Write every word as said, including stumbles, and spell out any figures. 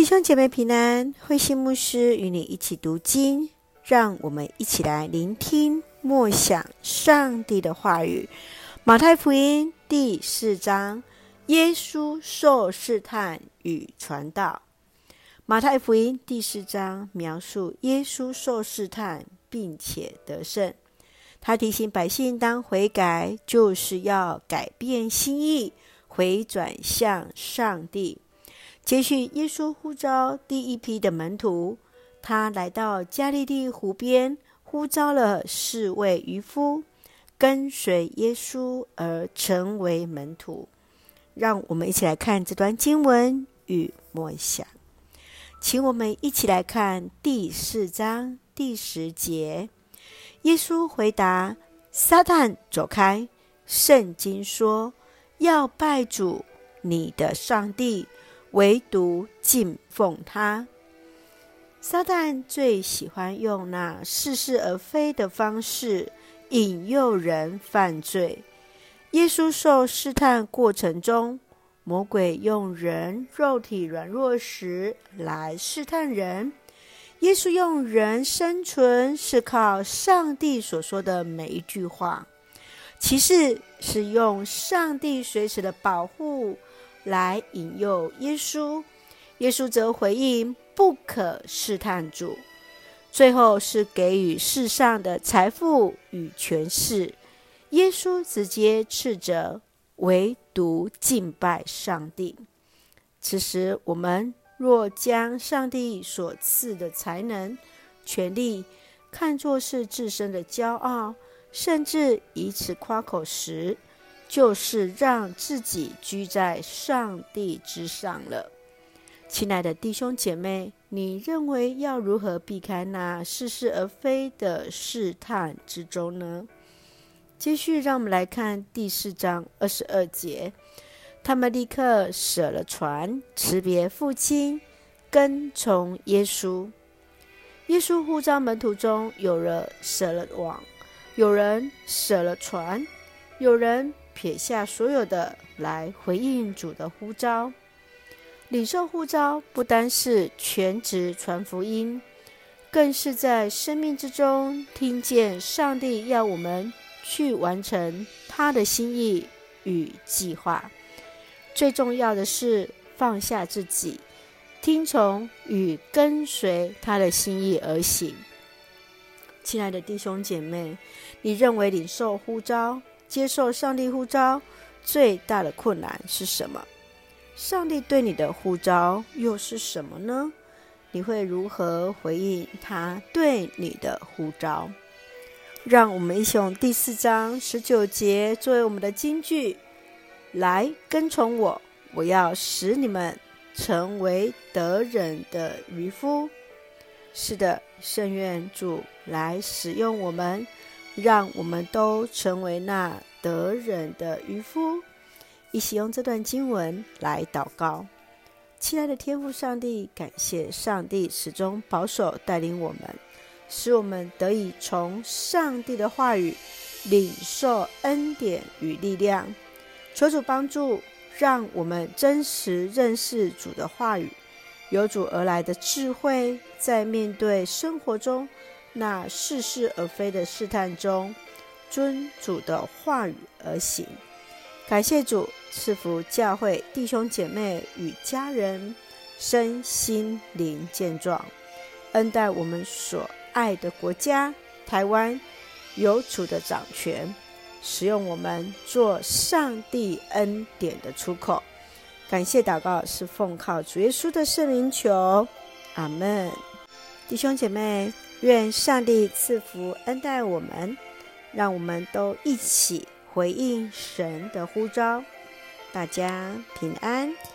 兄姐妹平安，慧馨牧师与你一起读经，让我们一起来聆听默想上帝的话语。马太福音第四章，耶稣受试探与传道。马太福音第四章描述耶稣受试探并且得胜，他提醒百姓当悔改，就是要改变心意，回转向上帝。接续耶稣呼召第一批的门徒，他来到加利利湖边，呼召了四位渔夫跟随耶稣而成为门徒。让我们一起来看这段经文与默想。请我们一起来看第四章第十节。耶稣回答：撒旦走开，圣经说要拜主你的上帝，唯独敬奉他。撒旦最喜欢用那似是而非的方式引诱人犯罪。耶稣受试探过程中，魔鬼用人肉体软弱时来试探人。耶稣用人生存是靠上帝所说的每一句话，其次是用上帝随时的保护来引诱耶稣，耶稣则回应不可试探主。最后是给予世上的财富与权势，耶稣直接斥责唯独敬拜上帝。此时我们若将上帝所赐的才能、权力看作是自身的骄傲，甚至以此夸口时，就是让自己居在上帝之上了。亲爱的弟兄姐妹，你认为要如何避开那似是而非的试探之中呢？继续让我们来看第四章二十二节。他们立刻舍了船，辞别父亲，跟从耶稣。耶稣呼召门徒中，有人舍了网，有人舍了船，有人撇下所有的来回应主的呼召。领受呼召不单是全职传福音，更是在生命之中听见上帝要我们去完成他的心意与计划。最重要的是放下自己，听从与跟随他的心意而行。亲爱的弟兄姐妹，你认为领受呼召、接受上帝呼召最大的困难是什么？上帝对你的呼召又是什么呢？你会如何回应他对你的呼召？让我们一起用第四章十九节作为我们的金句：来跟从我，我要使你们成为得人的渔夫。是的，圣愿主来使用我们，让我们都成为那得人的渔夫。一起用这段经文来祷告。亲爱的天父上帝，感谢上帝始终保守带领我们，使我们得以从上帝的话语领受恩典与力量。求主帮助，让我们真实认识主的话语，由主而来的智慧，在面对生活中那似是而非的试探中，遵主的话语而行。感谢主赐福教会弟兄姐妹与家人身心灵健壮，恩待我们所爱的国家台湾有主的掌权，使用我们做上帝恩典的出口。感谢祷告是奉靠主耶稣的圣灵求，阿们。弟兄姐妹，愿上帝赐福恩待我们，让我们都一起回应神的呼召。大家平安。